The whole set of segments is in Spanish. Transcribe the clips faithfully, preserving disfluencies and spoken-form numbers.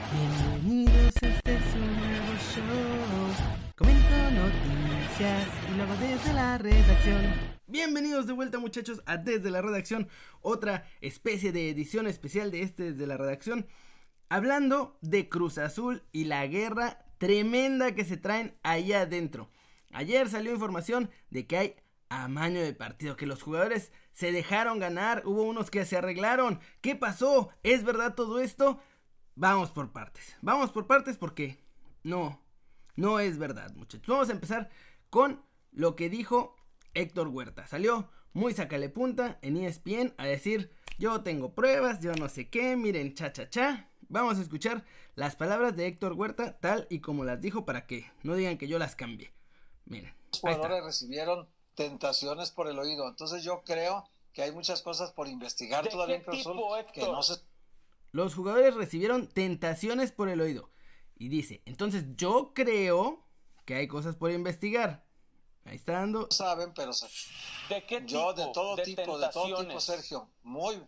Bienvenidos, este es un nuevo show. Comento noticias y luego desde la redacción. Bienvenidos de vuelta, muchachos, a Desde la Redacción, otra especie de edición especial de este Desde la Redacción, hablando de Cruz Azul y la guerra tremenda que se traen ahí adentro. Ayer salió información de que hay amaño de partido, que los jugadores se dejaron ganar, hubo unos que se arreglaron. ¿Qué pasó? ¿Es verdad todo esto? Vamos por partes, vamos por partes porque no, no es verdad, muchachos. Vamos a empezar con lo que dijo Héctor Huerta. Salió muy sacale punta en E S P N a decir: yo tengo pruebas, yo no sé qué, miren, cha cha cha. Vamos a escuchar las palabras de Héctor Huerta tal y como las dijo para que no digan que yo las cambié. Miren, los jugadores recibieron tentaciones por el oído, entonces yo creo que hay muchas cosas por investigar ¿De todavía qué en Cruz Azul tipo, Héctor? que no se... Los jugadores recibieron tentaciones por el oído. Y dice, entonces yo creo que hay cosas por investigar. Ahí está dando. saben, pero se... ¿De qué tipo? yo de todo de tipo, de todo tipo, Sergio, muy...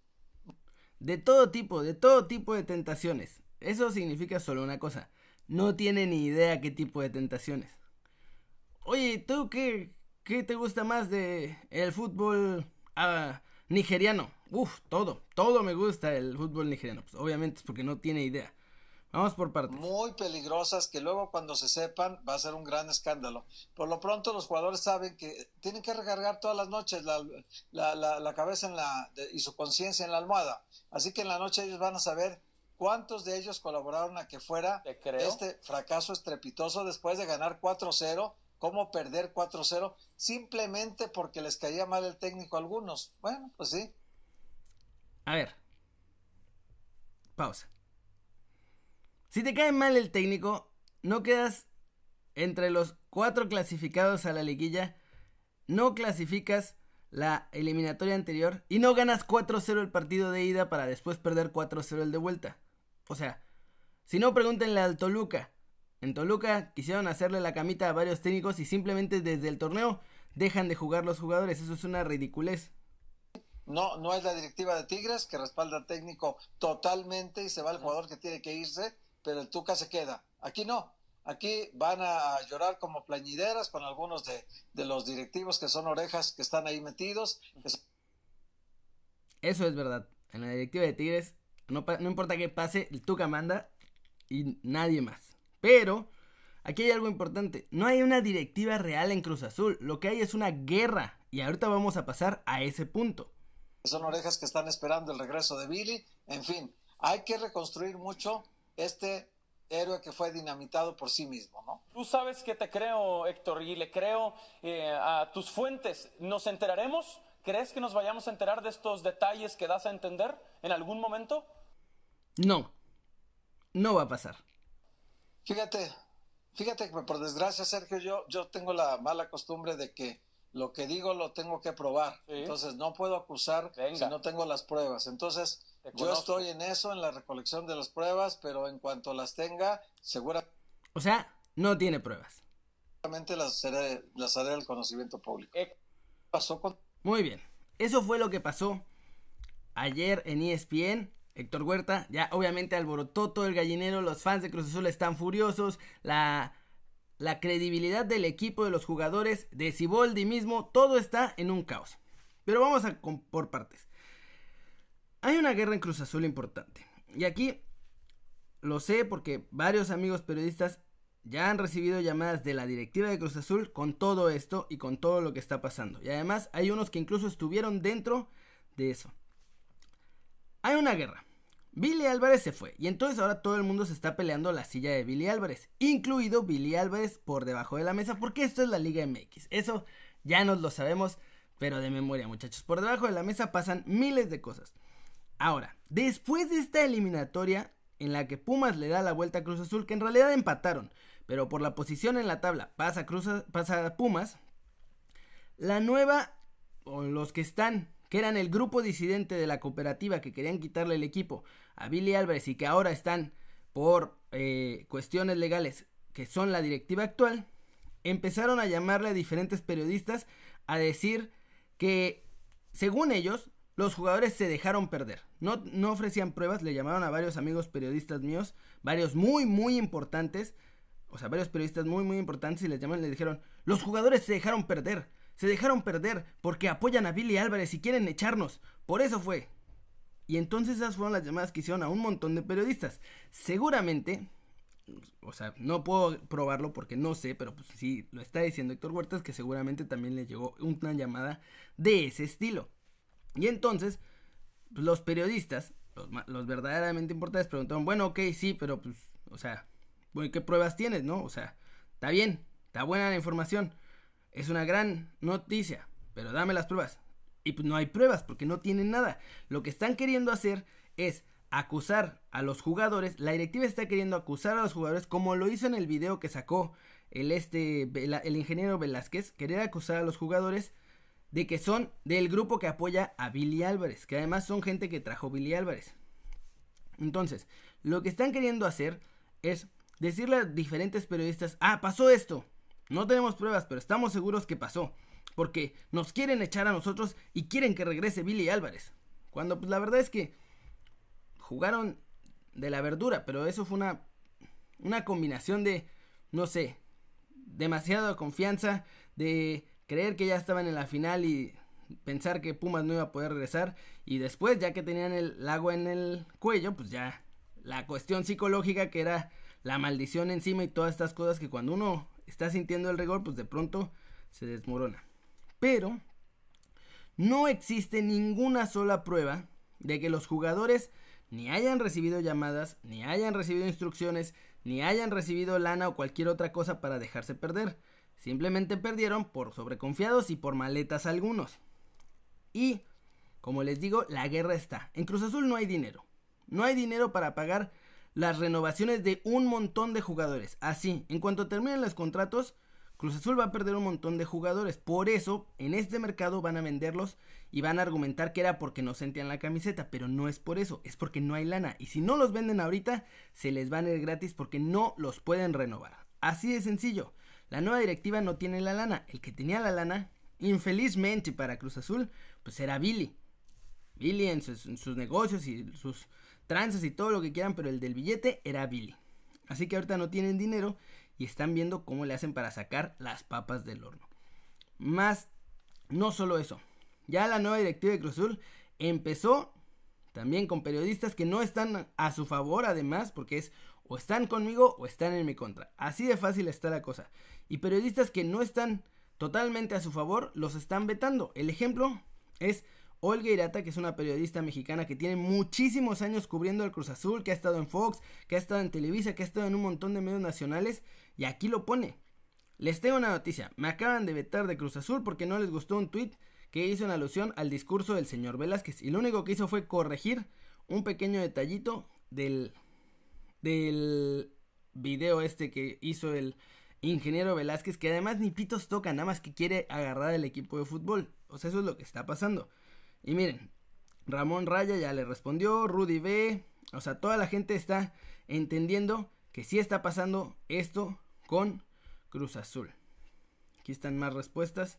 De todo tipo, de todo tipo de tentaciones. Eso significa solo una cosa: no tiene ni idea qué tipo de tentaciones. Oye, ¿tú qué, qué te gusta más de el fútbol uh, nigeriano? Uf, todo, todo me gusta el fútbol nigeriano. Pues obviamente es porque no tiene idea. Vamos por partes. Muy peligrosas que luego cuando se sepan va a ser un gran escándalo. Por lo pronto los jugadores saben que tienen que recargar todas las noches la, la, la, la cabeza en la, de, y su conciencia en la almohada. Así que en la noche ellos van a saber cuántos de ellos colaboraron a que fuera este fracaso estrepitoso después de ganar cuatro cero. ¿Cómo perder cuatro cero? Simplemente porque les caía mal el técnico a algunos. Bueno, pues sí. A ver. Pausa. Si te cae mal el técnico, no quedas entre los cuatro clasificados a la liguilla, no clasificas la eliminatoria anterior y no ganas cuatro cero el partido de ida para después perder cuatro cero el de vuelta. O sea, si no, pregúntenle al Toluca. En Toluca quisieron hacerle la camita a varios técnicos y simplemente desde el torneo dejan de jugar los jugadores. Eso es una ridiculez. No, no es la directiva de Tigres que respalda al técnico totalmente y se va el jugador que tiene que irse, pero el Tuca se queda. Aquí no. Aquí van a llorar como plañideras con algunos de, de los directivos que son orejas que están ahí metidos. Eso es verdad. En la directiva de Tigres no, no importa qué pase, el Tuca manda y nadie más. Pero aquí hay algo importante: no hay una directiva real en Cruz Azul, lo que hay es una guerra y ahorita vamos a pasar a ese punto. Son orejas que están esperando el regreso de Billy. En fin, hay que reconstruir mucho este héroe que fue dinamitado por sí mismo, ¿no? Tú sabes que te creo, Héctor, y le creo eh, a tus fuentes. ¿Nos enteraremos? ¿Crees que nos vayamos a enterar de estos detalles que das a entender en algún momento? No, no va a pasar. Fíjate, fíjate que por desgracia, Sergio, yo, yo tengo la mala costumbre de que lo que digo lo tengo que probar. ¿Sí? Entonces no puedo acusar Venga. si no tengo las pruebas. Entonces yo estoy en eso, en la recolección de las pruebas, pero en cuanto las tenga, seguramente... O sea, no tiene pruebas. Seguramente las haré, las haré al conocimiento público. Eh. Pasó con... Muy bien, eso fue lo que pasó ayer en E S P N. Héctor Huerta ya obviamente alborotó todo el gallinero, los fans de Cruz Azul están furiosos, la, la credibilidad del equipo, de los jugadores, de Siboldi mismo, todo está en un caos. Pero vamos a por partes. Hay una guerra en Cruz Azul importante, y aquí lo sé porque varios amigos periodistas ya han recibido llamadas de la directiva de Cruz Azul con todo esto y con todo lo que está pasando, y además hay unos que incluso estuvieron dentro de eso. Hay una guerra. Billy Álvarez se fue y entonces ahora todo el mundo se está peleando la silla de Billy Álvarez, incluido Billy Álvarez por debajo de la mesa, porque esto es la Liga M X. Eso ya nos lo sabemos, pero de memoria, muchachos. Por debajo de la mesa pasan miles de cosas. Ahora, después de esta eliminatoria en la que Pumas le da la vuelta a Cruz Azul, que en realidad empataron, pero por la posición en la tabla pasa, Cruz, pasa Pumas, la nueva, o los que están... que eran el grupo disidente de la cooperativa que querían quitarle el equipo a Billy Álvarez y que ahora están por eh, cuestiones legales, que son la directiva actual, empezaron a llamarle a diferentes periodistas a decir que, según ellos, los jugadores se dejaron perder. No, no ofrecían pruebas, le llamaron a varios amigos periodistas míos, varios muy, muy importantes, o sea, varios periodistas muy, muy importantes y les llamaron y les dijeron, los jugadores se dejaron perder, se dejaron perder porque apoyan a Billy Álvarez y quieren echarnos, por eso fue. Y entonces esas fueron las llamadas que hicieron a un montón de periodistas. Seguramente, o sea, no puedo probarlo porque no sé, pero pues sí lo está diciendo Héctor Huertas, que seguramente también le llegó una llamada de ese estilo. Y entonces, pues, los periodistas, los, los verdaderamente importantes, preguntaron, bueno, ok, sí, pero pues, o sea, bueno, ¿qué pruebas tienes, no? O sea, está bien, está buena la información, es una gran noticia, pero dame las pruebas. Y pues no hay pruebas porque no tienen nada. Lo que están queriendo hacer es acusar a los jugadores. La directiva está queriendo acusar a los jugadores, como lo hizo en el video que sacó el, este, el ingeniero Velázquez, querer acusar a los jugadores de que son del grupo que apoya a Billy Álvarez, que además son gente que trajo Billy Álvarez. Entonces, lo que están queriendo hacer es decirle a diferentes periodistas, ah, pasó esto, no tenemos pruebas, pero estamos seguros que pasó, porque nos quieren echar a nosotros y quieren que regrese Billy Álvarez. Cuando pues la verdad es que jugaron de la verdura, pero eso fue una, una combinación de, no sé, demasiada confianza, de creer que ya estaban en la final y pensar que Pumas no iba a poder regresar, y después ya que tenían el agua en el cuello, pues ya la cuestión psicológica que era la maldición encima y todas estas cosas que cuando uno está sintiendo el rigor, pues de pronto se desmorona. Pero no existe ninguna sola prueba de que los jugadores ni hayan recibido llamadas, ni hayan recibido instrucciones, ni hayan recibido lana o cualquier otra cosa para dejarse perder. Simplemente perdieron por sobreconfiados y por maletas algunos. Y, como les digo, la guerra está. En Cruz Azul no hay dinero. No hay dinero para pagar las renovaciones de un montón de jugadores. Así, en cuanto terminen los contratos, Cruz Azul va a perder un montón de jugadores. Por eso, en este mercado van a venderlos y van a argumentar que era porque no sentían la camiseta. Pero no es por eso, es porque no hay lana. Y si no los venden ahorita, se les van a ir gratis porque no los pueden renovar. Así de sencillo. La nueva directiva no tiene la lana. El que tenía la lana, infelizmente para Cruz Azul, pues era Billy. Billy en sus, en sus negocios y sus tranzas y todo lo que quieran, pero el del billete era Billy. Así que ahorita no tienen dinero y están viendo cómo le hacen para sacar las papas del horno. Más, no solo eso. Ya la nueva directiva de Cruz Azul empezó también con periodistas que no están a su favor, además, porque es o están conmigo o están en mi contra. Así de fácil está la cosa. Y periodistas que no están totalmente a su favor, los están vetando. El ejemplo es Olga Irata, que es una periodista mexicana que tiene muchísimos años cubriendo el Cruz Azul, que ha estado en Fox, que ha estado en Televisa, que ha estado en un montón de medios nacionales, y aquí lo pone. Les tengo una noticia, me acaban de vetar de Cruz Azul porque no les gustó un tuit que hizo en alusión al discurso del señor Velázquez, y lo único que hizo fue corregir un pequeño detallito del, del video este que hizo el ingeniero Velázquez, que además ni pitos toca, nada más que quiere agarrar al equipo de fútbol. O sea, eso es lo que está pasando. Y miren, Ramón Raya ya le respondió, Rudy B, o sea, toda la gente está entendiendo que sí está pasando esto con Cruz Azul. Aquí están más respuestas.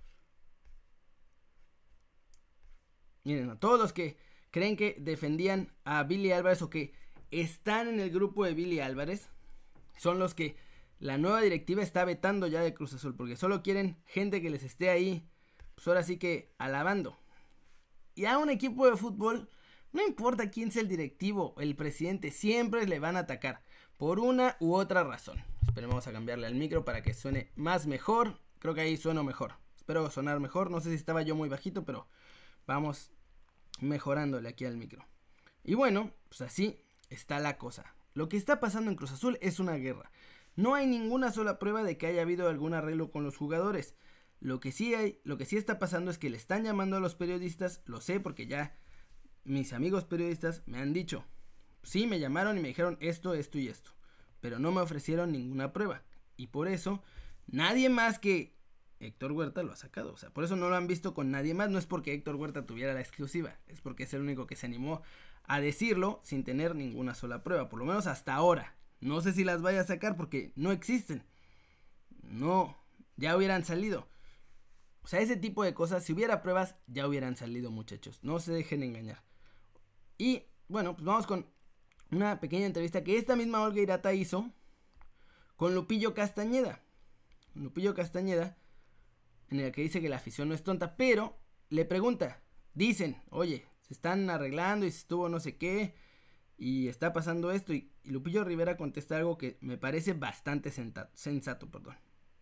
Miren, a todos los que creen que defendían a Billy Álvarez o que están en el grupo de Billy Álvarez, son los que la nueva directiva está vetando ya de Cruz Azul, porque solo quieren gente que les esté ahí, pues ahora sí que alabando. Y a un equipo de fútbol, no importa quién sea el directivo o el presidente, siempre le van a atacar, por una u otra razón. Esperemos a cambiarle al micro para que suene más mejor, creo que ahí sueno mejor, espero sonar mejor, no sé si estaba yo muy bajito, pero vamos mejorándole aquí al micro. Y bueno, pues así está la cosa. Lo que está pasando en Cruz Azul es una guerra. No hay ninguna sola prueba de que haya habido algún arreglo con los jugadores. Lo que sí hay, lo que sí está pasando es que le están llamando a los periodistas, lo sé porque ya mis amigos periodistas me han dicho, sí me llamaron y me dijeron esto, esto y esto, pero no me ofrecieron ninguna prueba. Y por eso nadie más que Héctor Huerta lo ha sacado, o sea, por eso no lo han visto con nadie más, no es porque Héctor Huerta tuviera la exclusiva, es porque es el único que se animó a decirlo sin tener ninguna sola prueba, por lo menos hasta ahora. No sé si las vaya a sacar porque no existen, no, ya hubieran salido. O sea, ese tipo de cosas, si hubiera pruebas, ya hubieran salido, muchachos. No se dejen engañar. Y bueno, pues vamos con una pequeña entrevista que esta misma Olga Hirata hizo con Lupillo Castañeda. Lupillo Castañeda, en el que dice que la afición no es tonta, pero le pregunta, dicen, oye, se están arreglando y se estuvo no sé qué, y está pasando esto, y, y Lupillo Rivera contesta algo que me parece bastante senta, sensato, perdón.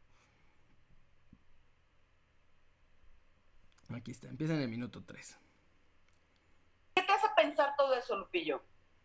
Aquí está, empieza en el minuto tres. ¿Qué te hace pensar todo eso, Lupillo?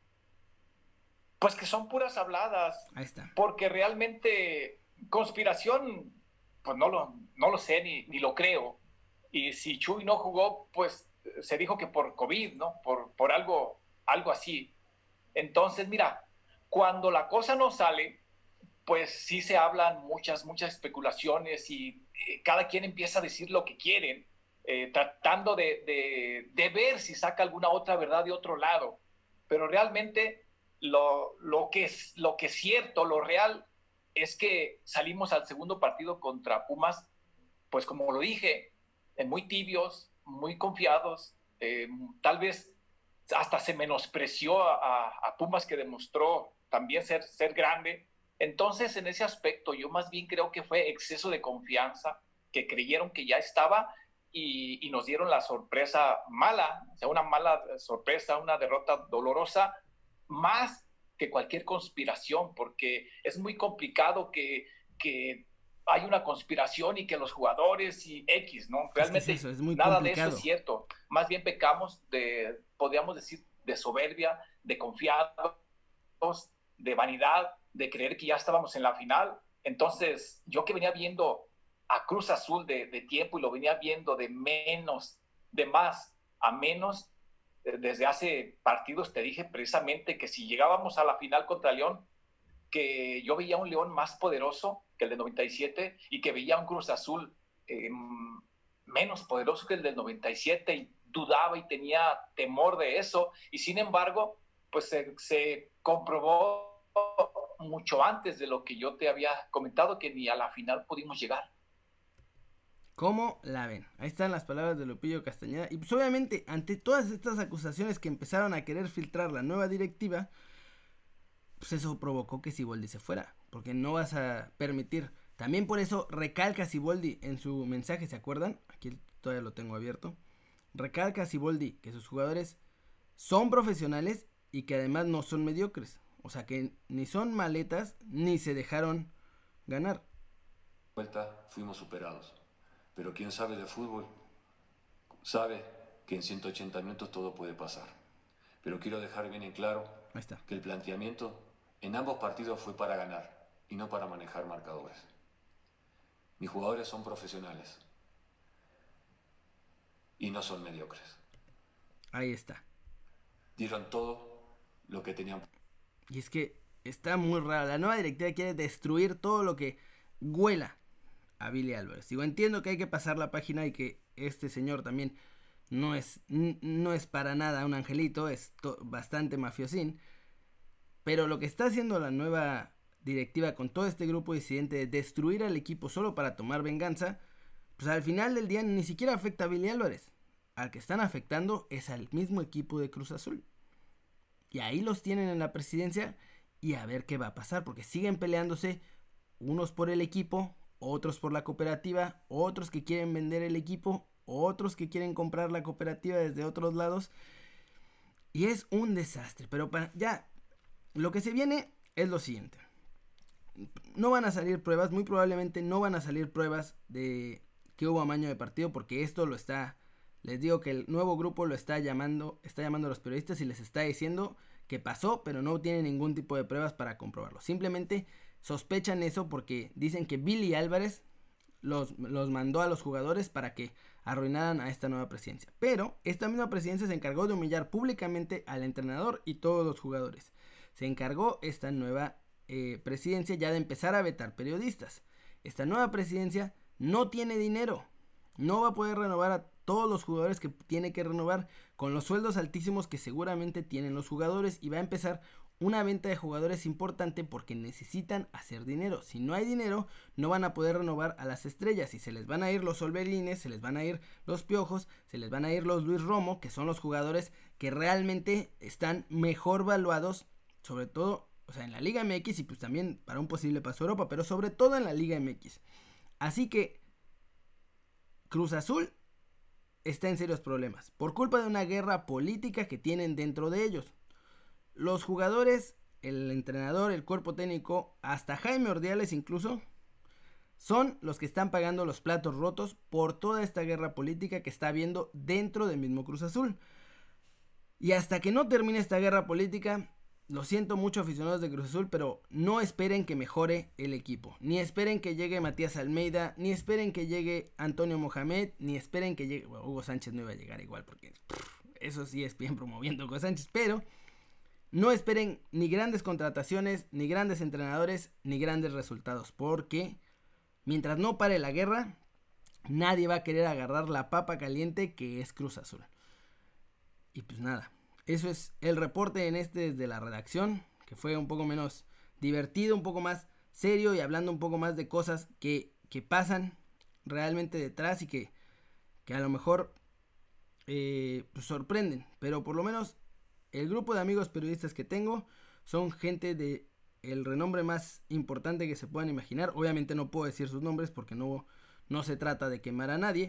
Pues que son puras habladas. Ahí está. Porque realmente conspiración, pues no lo, no lo sé ni, ni lo creo. Y si Chuy no jugó, pues se dijo que por COVID, ¿no? Por, por algo, algo así. Entonces, mira, cuando la cosa no sale, pues sí se hablan muchas, muchas especulaciones y eh, cada quien empieza a decir lo que quieren, eh, tratando de, de, de ver si saca alguna otra verdad de otro lado. Pero realmente lo, lo, que es, lo que es cierto, lo real, es que salimos al segundo partido contra Pumas, pues como lo dije, eh, muy tibios, muy confiados, eh, tal vez hasta se menospreció a, a, a Pumas, que demostró también ser, ser grande. Entonces, en ese aspecto, yo más bien creo que fue exceso de confianza, que creyeron que ya estaba y, y nos dieron la sorpresa mala, o sea, una mala sorpresa, una derrota dolorosa, más que cualquier conspiración, porque es muy complicado que, que hay una conspiración y que los jugadores y X, ¿no? Realmente es, es, eso, es muy nada complicado. de eso es cierto. Más bien pecamos de, podríamos decir, de soberbia, de confiados, de vanidad, de creer que ya estábamos en la final. Entonces, yo que venía viendo a Cruz Azul de, de tiempo y lo venía viendo de menos, de más a menos, desde hace partidos te dije precisamente que si llegábamos a la final contra León, que yo veía un León más poderoso que el del noventa y siete y que veía un Cruz Azul eh, menos poderoso que el del noventa y siete y dudaba y tenía temor de eso, y sin embargo pues se, se comprobó mucho antes de lo que yo te había comentado, que ni a la final pudimos llegar. ¿Cómo la ven? Ahí están las palabras de Lupillo Castañeda. Y pues obviamente, ante todas estas acusaciones que empezaron a querer filtrar la nueva directiva, pues eso provocó que Siboldi se fuera, porque no vas a permitir. También por eso recalca Siboldi en su mensaje, ¿se acuerdan? Aquí todavía lo tengo abierto. Recalca Siboldi que sus jugadores son profesionales y que además no son mediocres. O sea que ni son maletas ni se dejaron ganar. Vuelta fuimos superados. Pero quien sabe de fútbol sabe que en ciento ochenta minutos todo puede pasar. Pero quiero dejar bien en claro Ahí está. que el planteamiento en ambos partidos fue para ganar y no para manejar marcadores. Mis jugadores son profesionales y no son mediocres. Ahí está. Dieron todo lo que tenían. Y es que está muy raro. La nueva directiva quiere destruir todo lo que huela a Billy Álvarez. Digo, entiendo que hay que pasar la página y que este señor también no es, no es para nada un angelito, es to- bastante mafiosín. Pero lo que está haciendo la nueva directiva con todo este grupo disidente de destruir al equipo solo para tomar venganza, pues al final del día ni siquiera afecta a Billy Álvarez. Al que están afectando es al mismo equipo de Cruz Azul. Y ahí los tienen en la presidencia y a ver qué va a pasar, porque siguen peleándose unos por el equipo, otros por la cooperativa, otros que quieren vender el equipo, otros que quieren comprar la cooperativa desde otros lados. Y es un desastre, pero para ya lo que se viene es lo siguiente. No van a salir pruebas, muy probablemente no van a salir pruebas de que hubo amaño de partido, porque esto lo está, les digo que el nuevo grupo lo está llamando, está llamando a los periodistas y les está diciendo que pasó, pero no tiene ningún tipo de pruebas para comprobarlo. Simplemente sospechan eso porque dicen que Billy Álvarez los, los mandó a los jugadores para que arruinaran a esta nueva presidencia. Pero esta misma presidencia se encargó de humillar públicamente al entrenador y todos los jugadores. Se encargó esta nueva eh, presidencia ya de empezar a vetar periodistas. Esta nueva presidencia no tiene dinero. No va a poder renovar a todos los jugadores que tiene que renovar con los sueldos altísimos que seguramente tienen los jugadores, y va a empezar una venta de jugadores importante porque necesitan hacer dinero. Si no hay dinero, no van a poder renovar a las estrellas y se les van a ir los Orbelines, se les van a ir los Piojos, se les van a ir los Luis Romo, que son los jugadores que realmente están mejor valuados, sobre todo, o sea, en la Liga M X y pues también para un posible paso a Europa, pero sobre todo en la Liga M X. Así que Cruz Azul está en serios problemas por culpa de una guerra política que tienen dentro de ellos. Los jugadores, el entrenador, el cuerpo técnico, hasta Jaime Ordiales incluso, son los que están pagando los platos rotos por toda esta guerra política que está habiendo dentro del mismo Cruz Azul. Y hasta que no termine esta guerra política, lo siento mucho, aficionados de Cruz Azul, pero no esperen que mejore el equipo. Ni esperen que llegue Matías Almeida, ni esperen que llegue Antonio Mohamed, ni esperen que llegue... Bueno, Hugo Sánchez no iba a llegar igual porque pff, eso sí es bien promoviendo a Hugo Sánchez, pero no esperen ni grandes contrataciones, ni grandes entrenadores, ni grandes resultados, porque mientras no pare la guerra, nadie va a querer agarrar la papa caliente que es Cruz Azul. Y pues nada. Eso es el reporte en este desde la redacción, que fue un poco menos divertido, un poco más serio y hablando un poco más de cosas que, que pasan realmente detrás y que, que a lo mejor eh, pues sorprenden. Pero por lo menos el grupo de amigos periodistas que tengo son gente de el renombre más importante que se puedan imaginar. Obviamente no puedo decir sus nombres porque no, no se trata de quemar a nadie,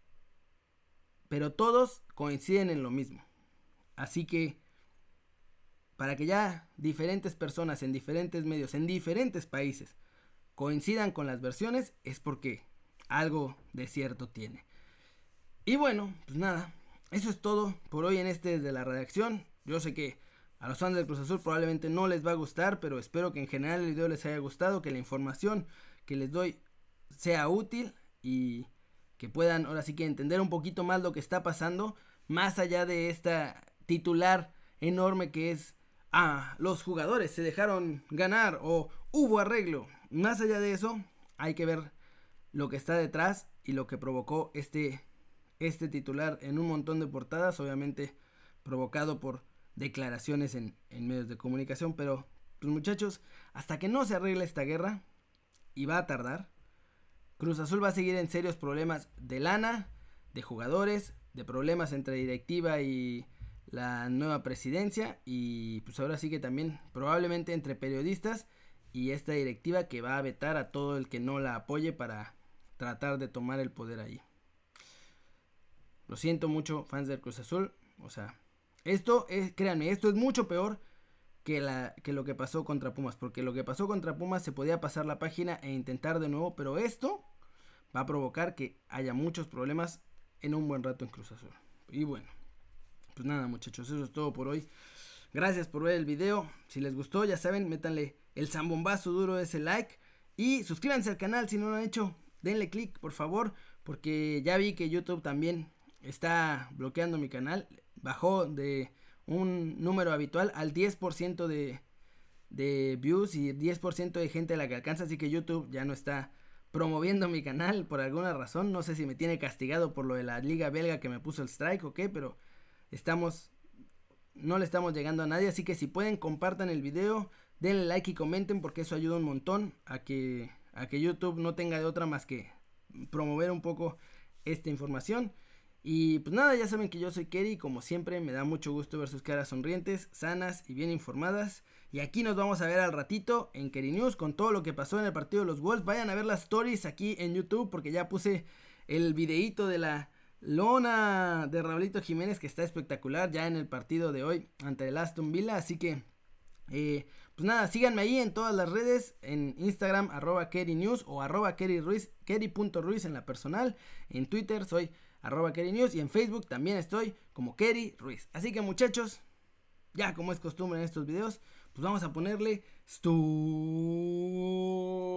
pero todos coinciden en lo mismo. Así que, para que ya diferentes personas en diferentes medios, en diferentes países, coincidan con las versiones, es porque algo de cierto tiene. Y bueno, pues nada, eso es todo por hoy en este desde la redacción. Yo sé que a los fans del Cruz Azul probablemente no les va a gustar, pero espero que en general el video les haya gustado, que la información que les doy sea útil y que puedan ahora sí que entender un poquito más lo que está pasando, más allá de esta titular enorme que es ah, los jugadores se dejaron ganar o hubo arreglo. Más allá de eso, hay que ver lo que está detrás y lo que provocó este, este titular en un montón de portadas, obviamente provocado por declaraciones en, en medios de comunicación, pero pues muchachos, hasta que no se arregle esta guerra, y va a tardar, Cruz Azul va a seguir en serios problemas de lana, de jugadores, de problemas entre directiva y la nueva presidencia y pues ahora sí que también probablemente entre periodistas y esta directiva que va a vetar a todo el que no la apoye para tratar de tomar el poder ahí. Lo siento mucho, fans del Cruz Azul, o sea, esto es, créanme, esto es mucho peor que, la, que lo que pasó contra Pumas, porque lo que pasó contra Pumas se podía pasar la página e intentar de nuevo, pero esto va a provocar que haya muchos problemas en un buen rato en Cruz Azul. Y bueno, pues nada muchachos, eso es todo por hoy. Gracias por ver el video. Si les gustó, ya saben, métanle el zambombazo duro, ese like. Y suscríbanse al canal si no lo han hecho. Denle click, por favor, porque ya vi que YouTube también está bloqueando mi canal. Bajó de un número habitual al diez por ciento de, de views y diez por ciento de gente a la que alcanza. Así que YouTube ya no está promoviendo mi canal por alguna razón. No sé si me tiene castigado por lo de la liga belga que me puso el strike o qué, pero estamos, no le estamos llegando a nadie, así que si pueden compartan el video, denle like y comenten porque eso ayuda un montón a que, a que YouTube no tenga de otra más que promover un poco esta información. Y pues nada, ya saben que yo soy Kerry, como siempre me da mucho gusto ver sus caras sonrientes, sanas y bien informadas. Y aquí nos vamos a ver al ratito en Kerry News con todo lo que pasó en el partido de los Wolves. Vayan a ver las stories aquí en YouTube porque ya puse el videíto de la lona de Raulito Jiménez que está espectacular ya en el partido de hoy ante el Aston Villa. Así que eh, pues nada, síganme ahí en todas las redes, en Instagram arroba Kerry News o arroba Kerry Ruiz, Kerry punto Ruiz en la personal. En Twitter soy arroba Kerry News y en Facebook también estoy como Kerry Ruiz. Así que muchachos, ya como es costumbre en estos videos, pues vamos a ponerle stu